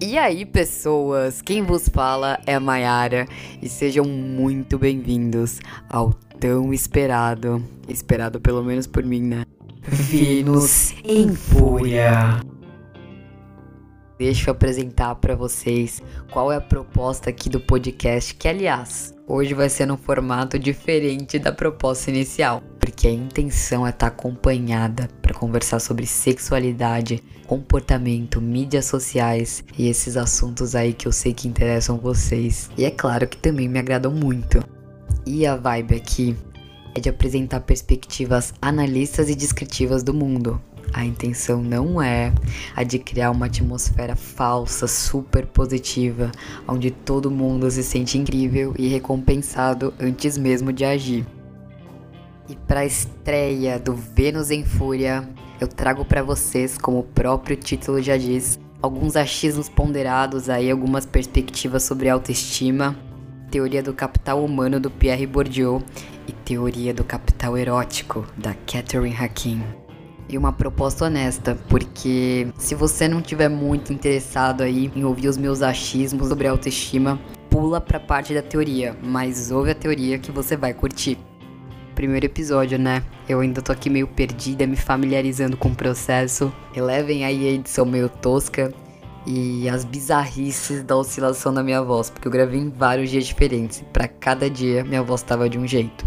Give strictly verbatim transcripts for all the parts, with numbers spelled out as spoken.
E aí, pessoas, quem vos fala é a Mayara e sejam muito bem-vindos ao tão esperado, esperado pelo menos por mim, né? Vênus em Fúria. Deixa eu apresentar pra vocês qual é a proposta aqui do podcast, que aliás, hoje vai ser num formato diferente da proposta inicial, porque a intenção é estar acompanhada para conversar sobre sexualidade, comportamento, mídias sociais e esses assuntos aí que eu sei que interessam vocês. E é claro que também me agradam muito. E a vibe aqui é de apresentar perspectivas analistas e descritivas do mundo. A intenção não é a de criar uma atmosfera falsa, super positiva, onde todo mundo se sente incrível e recompensado antes mesmo de agir. E para a estreia do Vênus em Fúria, eu trago para vocês, como o próprio título já diz, alguns achismos ponderados aí, algumas perspectivas sobre autoestima, teoria do capital humano do Pierre Bourdieu e teoria do capital erótico da Catherine Hakim. E uma proposta honesta, porque se você não tiver muito interessado aí em ouvir os meus achismos sobre autoestima, pula pra parte da teoria, mas ouve a teoria que você vai curtir. Primeiro episódio, né? Eu ainda tô aqui meio perdida, me familiarizando com o processo. Elevem aí a edição meio tosca e as bizarrices da oscilação da minha voz, porque eu gravei em vários dias diferentes e pra cada dia minha voz tava de um jeito.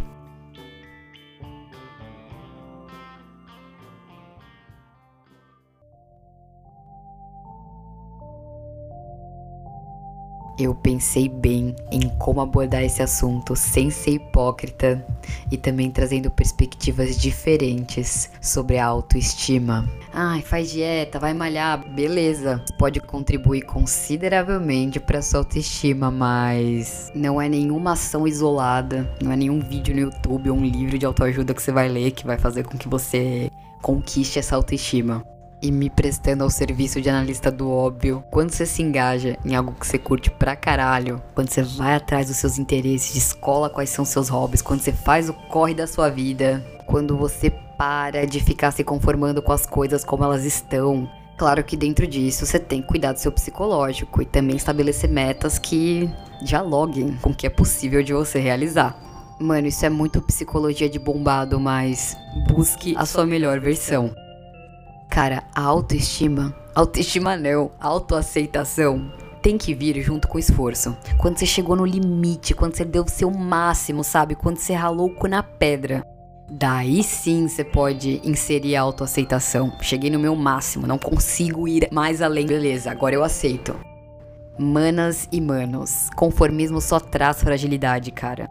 Eu pensei bem em como abordar esse assunto sem ser hipócrita e também trazendo perspectivas diferentes sobre a autoestima. Ai, faz dieta, vai malhar, beleza. Pode contribuir consideravelmente para sua autoestima, mas não é nenhuma ação isolada, não é nenhum vídeo no YouTube ou um livro de autoajuda que você vai ler que vai fazer com que você conquiste essa autoestima. E me prestando ao serviço de analista do óbvio, quando você se engaja em algo que você curte pra caralho, quando você vai atrás dos seus interesses, descola quais são seus hobbies, quando você faz o corre da sua vida, quando você para de ficar se conformando com as coisas como elas estão. Claro que dentro disso você tem que cuidar do seu psicológico e também estabelecer metas que dialoguem com o que é possível de você realizar. Mano, isso é muito psicologia de bombado, mas busque a sua melhor versão. Cara, a autoestima, autoestima não, autoaceitação tem que vir junto com o esforço. Quando você chegou no limite, quando você deu o seu máximo, sabe? Quando você ralou o cu na pedra. Daí sim você pode inserir a autoaceitação. Cheguei no meu máximo, não consigo ir mais além. Beleza, agora eu aceito. Manas e manos, conformismo só traz fragilidade, cara.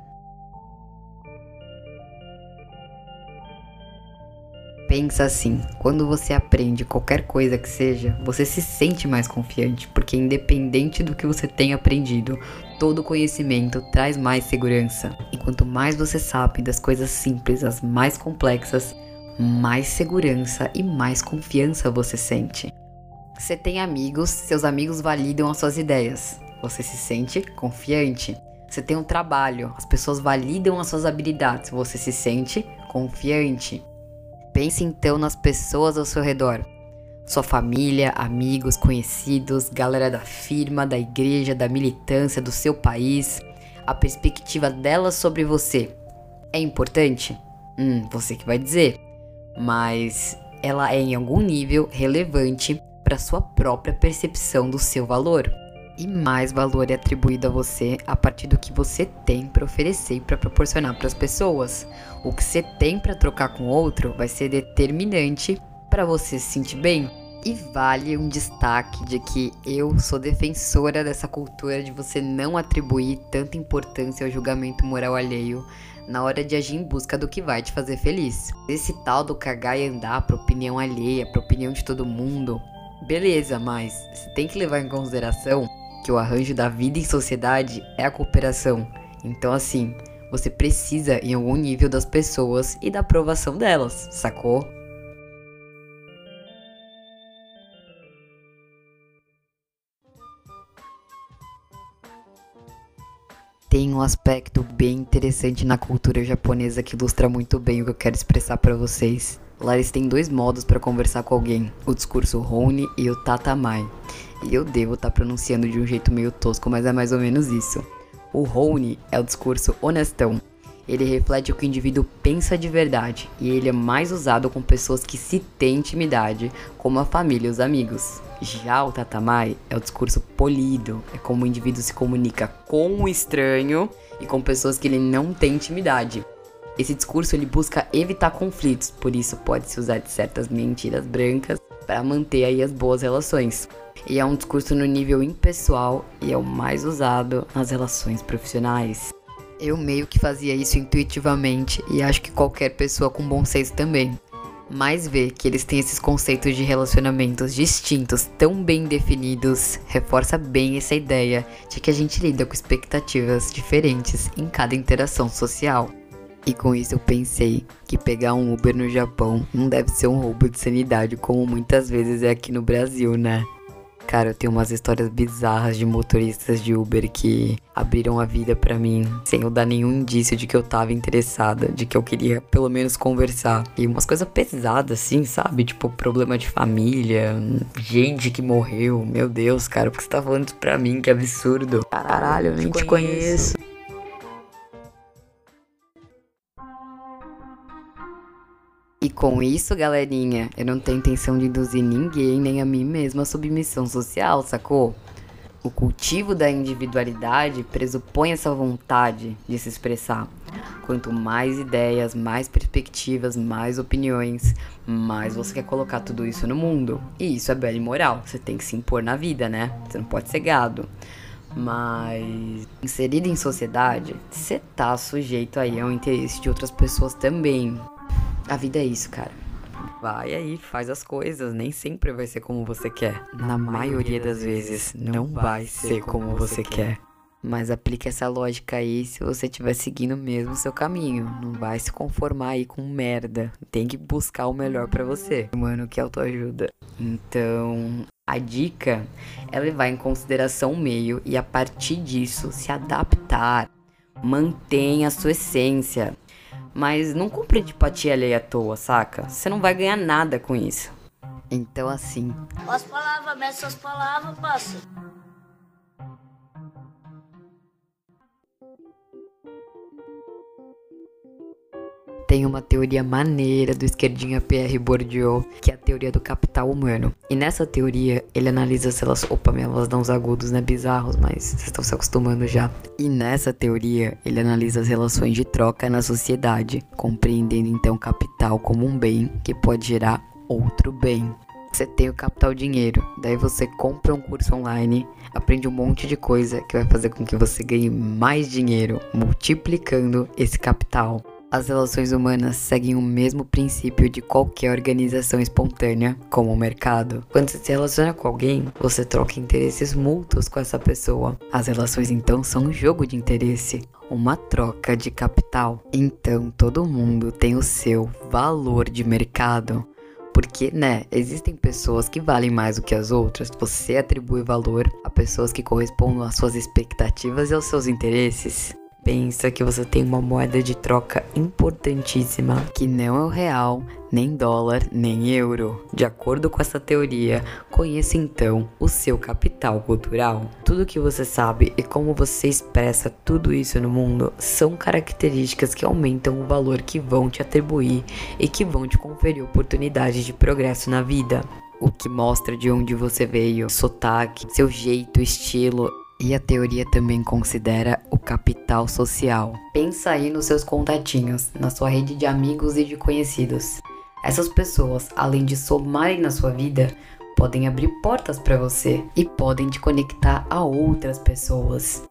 Pensa assim, quando você aprende qualquer coisa que seja, você se sente mais confiante, porque independente do que você tenha aprendido, todo conhecimento traz mais segurança. E quanto mais você sabe das coisas simples, as mais complexas, mais segurança e mais confiança você sente. Você tem amigos, seus amigos validam as suas ideias, você se sente confiante. Você tem um trabalho, as pessoas validam as suas habilidades, você se sente confiante. Pense então nas pessoas ao seu redor. Sua família, amigos, conhecidos, galera da firma, da igreja, da militância, do seu país. A perspectiva delas sobre você é importante? Hum, você que vai dizer. Mas ela é em algum nível relevante para sua própria percepção do seu valor. E mais valor é atribuído a você a partir do que você tem para oferecer e para proporcionar para as pessoas. O que você tem para trocar com o outro vai ser determinante para você se sentir bem. E vale um destaque de que eu sou defensora dessa cultura de você não atribuir tanta importância ao julgamento moral alheio na hora de agir em busca do que vai te fazer feliz. Esse tal do cagar e andar para opinião alheia, para opinião de todo mundo, beleza, mas você tem que levar em consideração que o arranjo da vida em sociedade é a cooperação. Então assim, você precisa em algum nível das pessoas e da aprovação delas, sacou? Tem um aspecto bem interessante na cultura japonesa que ilustra muito bem o que eu quero expressar pra vocês. Lá eles têm dois modos para conversar com alguém, o discurso Hone e o Tatamai. E eu devo estar pronunciando de um jeito meio tosco, mas é mais ou menos isso. O Rony é o discurso honestão. Ele reflete o que o indivíduo pensa de verdade, e ele é mais usado com pessoas que se têm intimidade, como a família e os amigos. Já o Tatamai é o discurso polido, é como o indivíduo se comunica com o estranho e com pessoas que ele não tem intimidade. Esse discurso ele busca evitar conflitos, por isso pode-se usar de certas mentiras brancas para manter aí as boas relações. E é um discurso no nível impessoal e é o mais usado nas relações profissionais. Eu meio que fazia isso intuitivamente e acho que qualquer pessoa com bom senso também. Mas ver que eles têm esses conceitos de relacionamentos distintos tão bem definidos reforça bem essa ideia de que a gente lida com expectativas diferentes em cada interação social. E com isso eu pensei que pegar um Uber no Japão não deve ser um roubo de sanidade como muitas vezes é aqui no Brasil, né? Cara, eu tenho umas histórias bizarras de motoristas de Uber que abriram a vida pra mim sem eu dar nenhum indício de que eu tava interessada, de que eu queria pelo menos conversar. E umas coisas pesadas assim, sabe? Tipo, problema de família, gente que morreu. Meu Deus, cara, por que você tá falando isso pra mim? Que absurdo. Caralho, eu nem te conheço. E com isso, galerinha, eu não tenho intenção de induzir ninguém, nem a mim mesma, à submissão social, sacou? O cultivo da individualidade pressupõe essa vontade de se expressar. Quanto mais ideias, mais perspectivas, mais opiniões, mais você quer colocar tudo isso no mundo. E isso é belo e moral, você tem que se impor na vida, né? Você não pode ser gado. Mas, inserido em sociedade, você tá sujeito aí ao interesse de outras pessoas também. A vida é isso, cara. Vai aí, faz as coisas. Nem sempre vai ser como você quer. Na maioria das vezes, não vai ser como você quer. Mas aplique essa lógica aí se você estiver seguindo mesmo o seu caminho. Não vai se conformar aí com merda. Tem que buscar o melhor pra você. Mano, que autoajuda. Então, a dica é levar em consideração o meio e a partir disso se adaptar. Mantenha a sua essência. Mas não compre de empatia alheia à toa, saca? Você não vai ganhar nada com isso. Então assim... As palavras, mexe as palavras, passa. Tem uma teoria maneira do esquerdinha P R Bourdieu, que é a teoria do capital humano. E nessa teoria, ele analisa se elas... Opa, minha voz dá uns agudos, né? Bizarros, mas vocês estão se acostumando já. E nessa teoria, ele analisa as relações de troca na sociedade, compreendendo então o capital como um bem que pode gerar outro bem. Você tem o capital dinheiro, daí você compra um curso online, aprende um monte de coisa que vai fazer com que você ganhe mais dinheiro, multiplicando esse capital. As relações humanas seguem o mesmo princípio de qualquer organização espontânea, como o mercado. Quando você se relaciona com alguém, você troca interesses mútuos com essa pessoa. As relações então são um jogo de interesse, uma troca de capital. Então todo mundo tem o seu valor de mercado. Porque, né, existem pessoas que valem mais do que as outras. Você atribui valor a pessoas que correspondem às suas expectativas e aos seus interesses. Pensa que você tem uma moeda de troca importantíssima, que não é o real, nem dólar, nem euro. De acordo com essa teoria, conheça então o seu capital cultural. Tudo que você sabe e como você expressa tudo isso no mundo são características que aumentam o valor que vão te atribuir e que vão te conferir oportunidades de progresso na vida. O que mostra de onde você veio, sotaque, seu jeito, estilo. E a teoria também considera o capital social. Pensa aí nos seus contatinhos, na sua rede de amigos e de conhecidos. Essas pessoas, além de somarem na sua vida, podem abrir portas para você e podem te conectar a outras pessoas.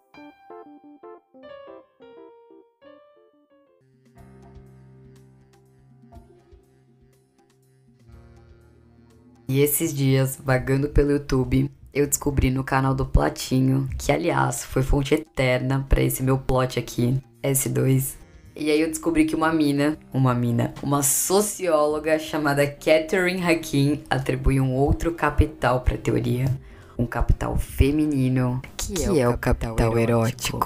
E esses dias, vagando pelo YouTube, eu descobri no canal do Platinho, que aliás foi fonte eterna pra esse meu plot aqui, S dois. E aí eu descobri que uma mina, uma mina, uma socióloga chamada Catherine Hakim atribui um outro capital pra teoria. Um capital feminino, que, que é, o é o capital, capital erótico. erótico.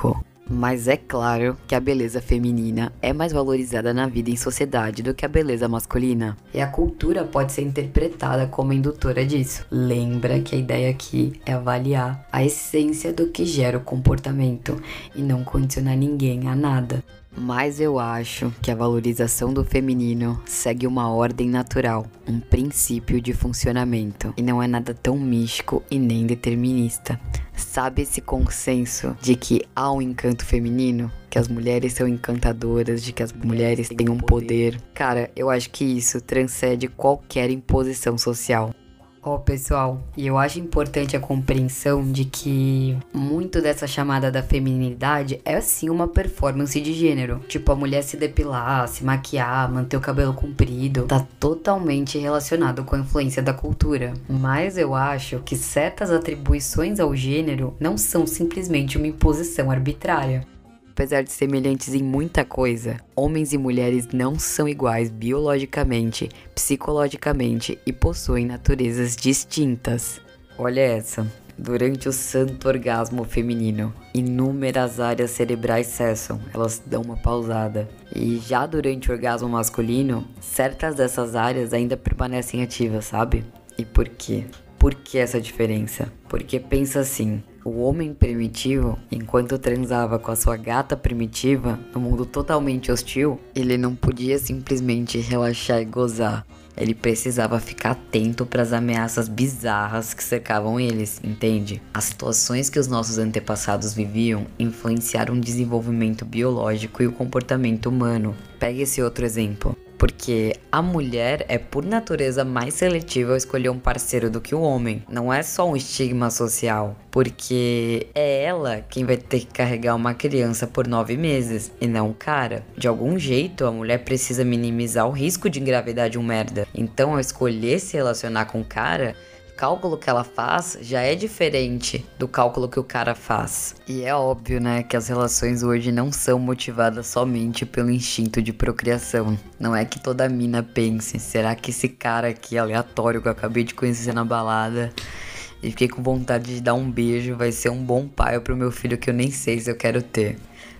Mas é claro que a beleza feminina é mais valorizada na vida em sociedade do que a beleza masculina. E a cultura pode ser interpretada como indutora disso. Lembra que a ideia aqui é avaliar a essência do que gera o comportamento e não condicionar ninguém a nada. Mas eu acho que a valorização do feminino segue uma ordem natural, um princípio de funcionamento, e não é nada tão místico e nem determinista. Sabe esse consenso de que há um encanto feminino? Que as mulheres são encantadoras, de que as mulheres têm um poder? Cara, eu acho que isso transcende qualquer imposição social. Ó, oh, pessoal, e eu acho importante a compreensão de que muito dessa chamada da feminilidade é sim uma performance de gênero. Tipo, a mulher se depilar, se maquiar, manter o cabelo comprido, tá totalmente relacionado com a influência da cultura. Mas eu acho que certas atribuições ao gênero não são simplesmente uma imposição arbitrária. Apesar de semelhantes em muita coisa, homens e mulheres não são iguais biologicamente, psicologicamente e possuem naturezas distintas. Olha essa. Durante o santo orgasmo feminino, inúmeras áreas cerebrais cessam, elas dão uma pausada. E já durante o orgasmo masculino, certas dessas áreas ainda permanecem ativas, sabe? E por quê? Por que essa diferença? Porque pensa assim, o homem primitivo, enquanto transava com a sua gata primitiva, num mundo totalmente hostil, ele não podia simplesmente relaxar e gozar. Ele precisava ficar atento para as ameaças bizarras que cercavam eles, entende? As situações que os nossos antepassados viviam influenciaram o desenvolvimento biológico e o comportamento humano. Pegue esse outro exemplo. Porque a mulher é por natureza mais seletiva ao escolher um parceiro do que o homem. Não é só um estigma social, porque é ela quem vai ter que carregar uma criança por nove meses e não o cara. De algum jeito, a mulher precisa minimizar o risco de engravidar de um merda. Então, ao escolher se relacionar com o cara, o cálculo que ela faz já é diferente do cálculo que o cara faz. E é óbvio, né, que as relações hoje não são motivadas somente pelo instinto de procriação. Não é que toda mina pense, será que esse cara aqui aleatório que eu acabei de conhecer na balada e fiquei com vontade de dar um beijo vai ser um bom pai pro meu filho que eu nem sei se eu quero ter.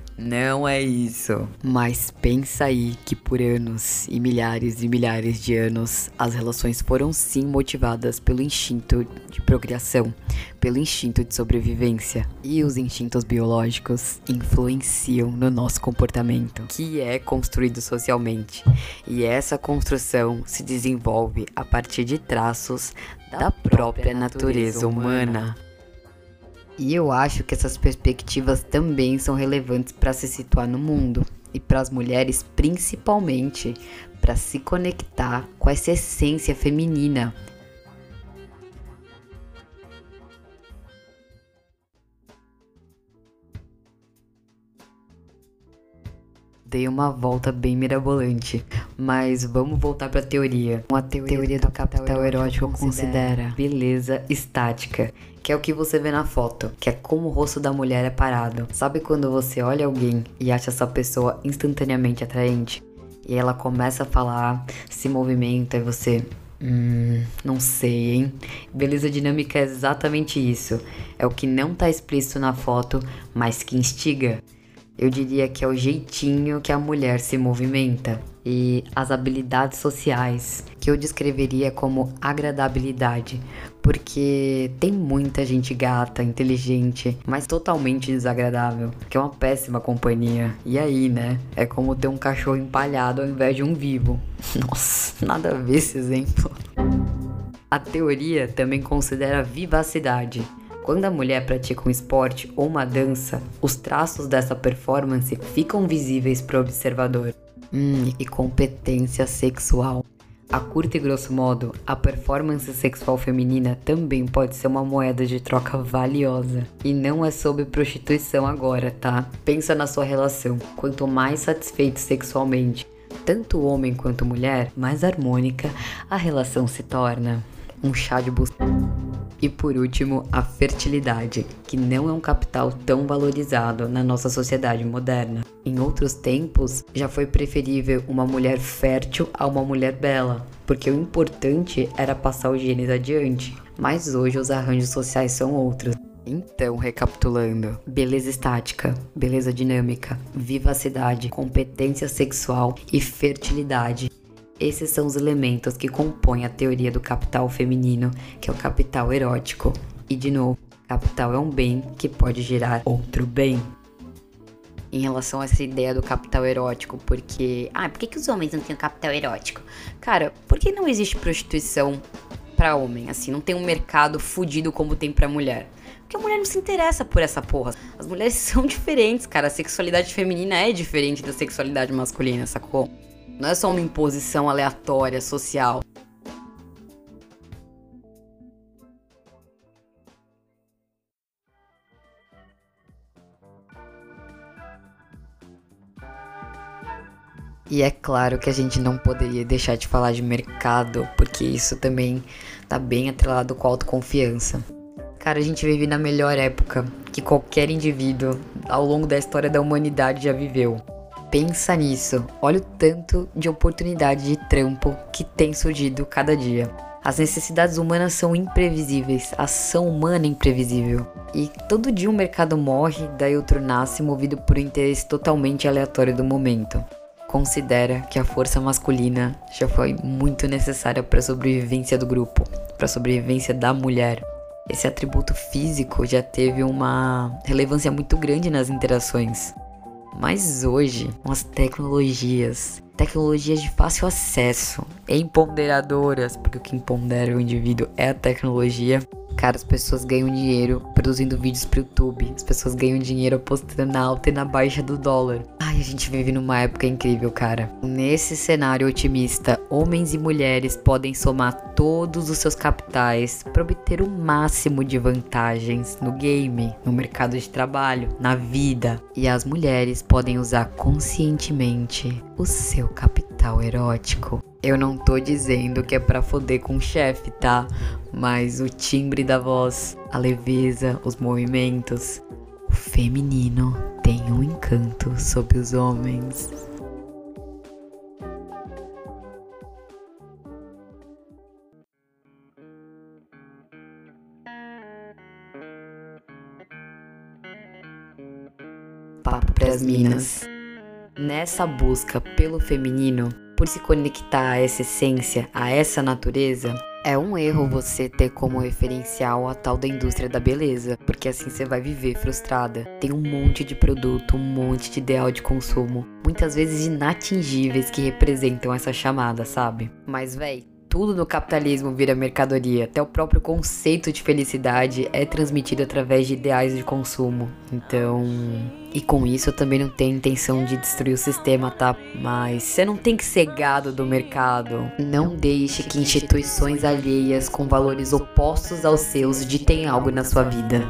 Não é isso. Mas pensa aí que por anos e milhares e milhares de anos, as relações foram sim motivadas pelo instinto de procriação, pelo instinto de sobrevivência. E os instintos biológicos influenciam no nosso comportamento, que é construído socialmente. E essa construção se desenvolve a partir de traços da própria natureza humana. E eu acho que essas perspectivas também são relevantes para se situar no mundo e para as mulheres principalmente, para se conectar com essa essência feminina. Dei uma volta bem mirabolante, mas vamos voltar para a teoria. Uma teoria, teoria do capital, capital erótico considera, considera beleza estática, que é o que você vê na foto, que é como o rosto da mulher é parado. Sabe quando você olha alguém e acha essa pessoa instantaneamente atraente? E ela começa a falar, se movimenta e você... Hum, não sei, hein? Beleza dinâmica é exatamente isso. É o que não tá explícito na foto, mas que instiga. Eu diria que é o jeitinho que a mulher se movimenta e as habilidades sociais, que eu descreveria como agradabilidade, porque tem muita gente gata, inteligente, mas totalmente desagradável, que é uma péssima companhia. E aí, né? É como ter um cachorro empalhado ao invés de um vivo. Nossa, nada a ver esse exemplo. A teoria também considera vivacidade. Quando a mulher pratica um esporte ou uma dança, os traços dessa performance ficam visíveis para o observador. Hum, e competência sexual. A curto e grosso modo, a performance sexual feminina também pode ser uma moeda de troca valiosa. E não é sobre prostituição agora, tá? Pensa na sua relação. Quanto mais satisfeito sexualmente, tanto homem quanto mulher, mais harmônica a relação se torna. Um chá de buceta. E por último, a fertilidade, que não é um capital tão valorizado na nossa sociedade moderna. Em outros tempos, já foi preferível uma mulher fértil a uma mulher bela, porque o importante era passar os genes adiante. Mas hoje os arranjos sociais são outros. Então, recapitulando: beleza estática, beleza dinâmica, vivacidade, competência sexual e fertilidade. Esses são os elementos que compõem a teoria do capital feminino, que é o capital erótico. E de novo, capital é um bem que pode gerar outro bem. Em relação a essa ideia do capital erótico, porque... Ah, por que, que os homens não têm o capital erótico? Cara, por que não existe prostituição pra homem? Assim, não tem um mercado fudido como tem pra mulher. Porque a mulher não se interessa por essa porra. As mulheres são diferentes, cara. A sexualidade feminina é diferente da sexualidade masculina, sacou? Não é só uma imposição aleatória, social. E é claro que a gente não poderia deixar de falar de mercado, porque isso também tá bem atrelado com a autoconfiança. Cara, a gente vive na melhor época que qualquer indivíduo ao longo da história da humanidade já viveu. Pensa nisso, olha o tanto de oportunidade de trampo que tem surgido cada dia. As necessidades humanas são imprevisíveis, a ação humana é imprevisível. E todo dia um mercado morre, daí outro nasce, movido por um interesse totalmente aleatório do momento. Considera que a força masculina já foi muito necessária para a sobrevivência do grupo, para a sobrevivência da mulher. Esse atributo físico já teve uma relevância muito grande nas interações. Mas hoje, com as tecnologias, tecnologias de fácil acesso, empoderadoras, porque o que empodera o indivíduo é a tecnologia. Cara, as pessoas ganham dinheiro produzindo vídeos pro YouTube. As pessoas ganham dinheiro apostando na alta e na baixa do dólar. Ai, a gente vive numa época incrível, cara. Nesse cenário otimista, homens e mulheres podem somar todos os seus capitais para obter o máximo de vantagens no game, no mercado de trabalho, na vida. E as mulheres podem usar conscientemente o seu capital erótico. Eu não tô dizendo que é pra foder com o chefe, tá? Mas o timbre da voz, a leveza, os movimentos, o feminino tem um encanto sobre os homens. Papo pras minas. Nessa busca pelo feminino, por se conectar a essa essência, a essa natureza, é um erro você ter como referencial a tal da indústria da beleza, porque assim você vai viver frustrada. Tem um monte de produto, um monte de ideal de consumo, muitas vezes inatingíveis, que representam essa chamada, sabe? Mas véi, tudo no capitalismo vira mercadoria, até o próprio conceito de felicidade é transmitido através de ideais de consumo. Então, e com isso eu também não tenho intenção de destruir o sistema, tá? Mas você não tem que ser gado do mercado. Não deixe que instituições alheias com valores opostos aos seus ditem algo na sua vida.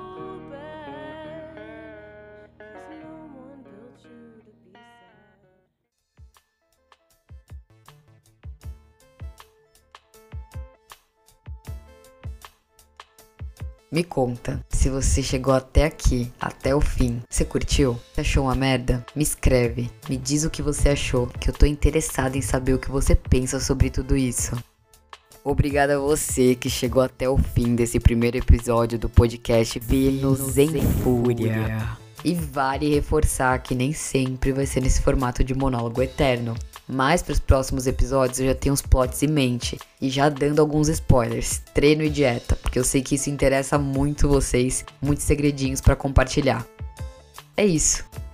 Me conta, se você chegou até aqui, até o fim, você curtiu? Você achou uma merda? Me escreve, me diz o que você achou, que eu tô interessada em saber o que você pensa sobre tudo isso. Obrigada a você que chegou até o fim desse primeiro episódio do podcast Vênus em Fúria. E vale reforçar que nem sempre vai ser nesse formato de monólogo eterno. Mas para os próximos episódios eu já tenho uns plots em mente. E já dando alguns spoilers, treino e dieta, porque eu sei que isso interessa muito vocês, muitos segredinhos para compartilhar. É isso.